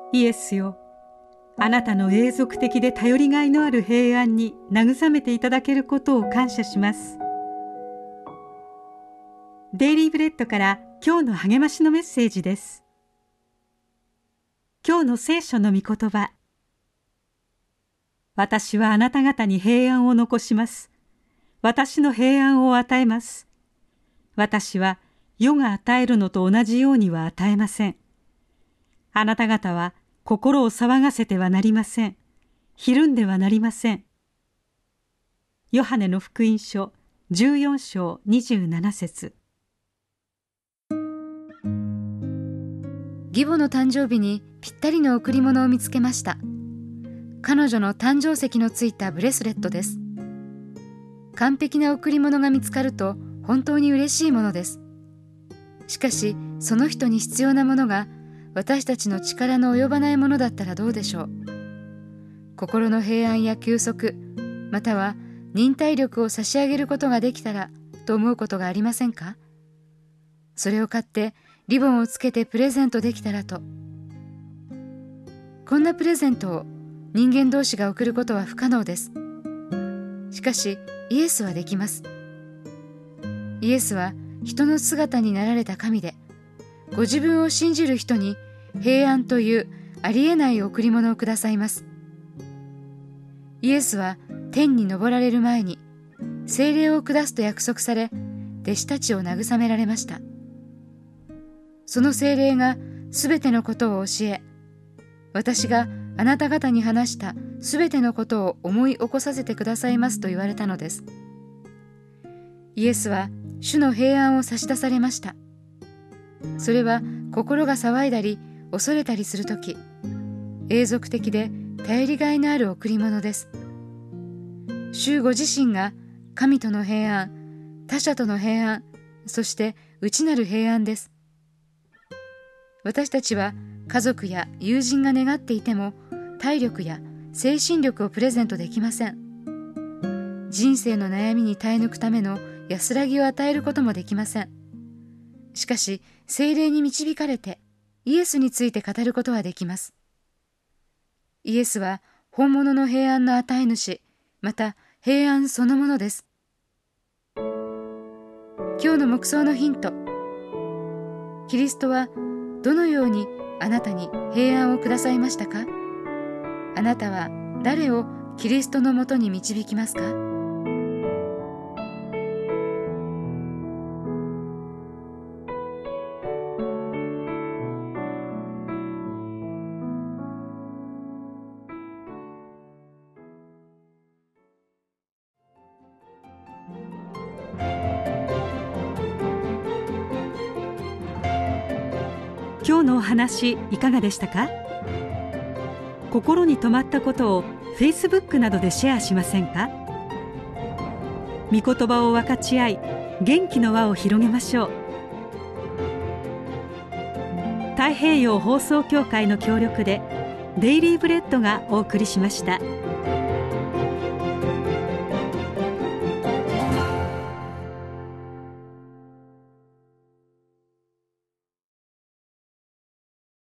イエスよ、あなたの永続的で頼りがいのある平安に慰めていただけることを感謝します。デイリーブレッドから今日の励ましのメッセージです。今日の聖書の御言葉。私はあなた方に平安を残します。私の平安を与えます。私は世が与えるのと同じようには与えません。あなた方は心を騒がせてはなりません。ひるんではなりません。ヨハネの福音書14章27節。 義母の誕生日にぴったりの贈り物を見つけました。彼女の誕生石のついたブレスレットです。完璧な贈り物が見つかると本当に嬉しいものです。しかしその人に必要なものが私たちの力の及ばないものだったらどうでしょう。心の平安や休息、または忍耐力を差し上げることができたらと思うことがありませんか？それを買ってリボンをつけてプレゼントできたらと。こんなプレゼントを人間同士が贈ることは不可能です。しかしイエスはできます。イエスは人の姿になられた神で、ご自分を信じる人に平安というありえない贈り物をくださいます。イエスは天に昇られる前に聖霊を下すと約束され、弟子たちを慰められました。その聖霊がすべてのことを教え、私があなた方に話したすべてのことを思い起こさせてくださいますと言われたのです。イエスは主の平安を差し出されました。それは心が騒いだり恐れたりするとき、永続的で頼りがいのある贈り物です。主ご自身が神との平安、他者との平安、そして内なる平安です。私たちは家族や友人が願っていても体力や精神力をプレゼントできません。人生の悩みに耐え抜くための安らぎを与えることもできません。しかし聖霊に導かれてイエスについて語ることはできます。イエスは本物の平安の与え主、また平安そのものです。今日の黙想のヒント。キリストはどのようにあなたに平安をくださいましたか？あなたは誰をキリストのもとに導きますか？ 今日のお話いかがでしたか？心に留まったことを Facebook などでシェアしませんか？御言葉を分かち合い、元気の輪を広げましょう。太平洋放送協会の協力でデイリーブレッドがお送りしました。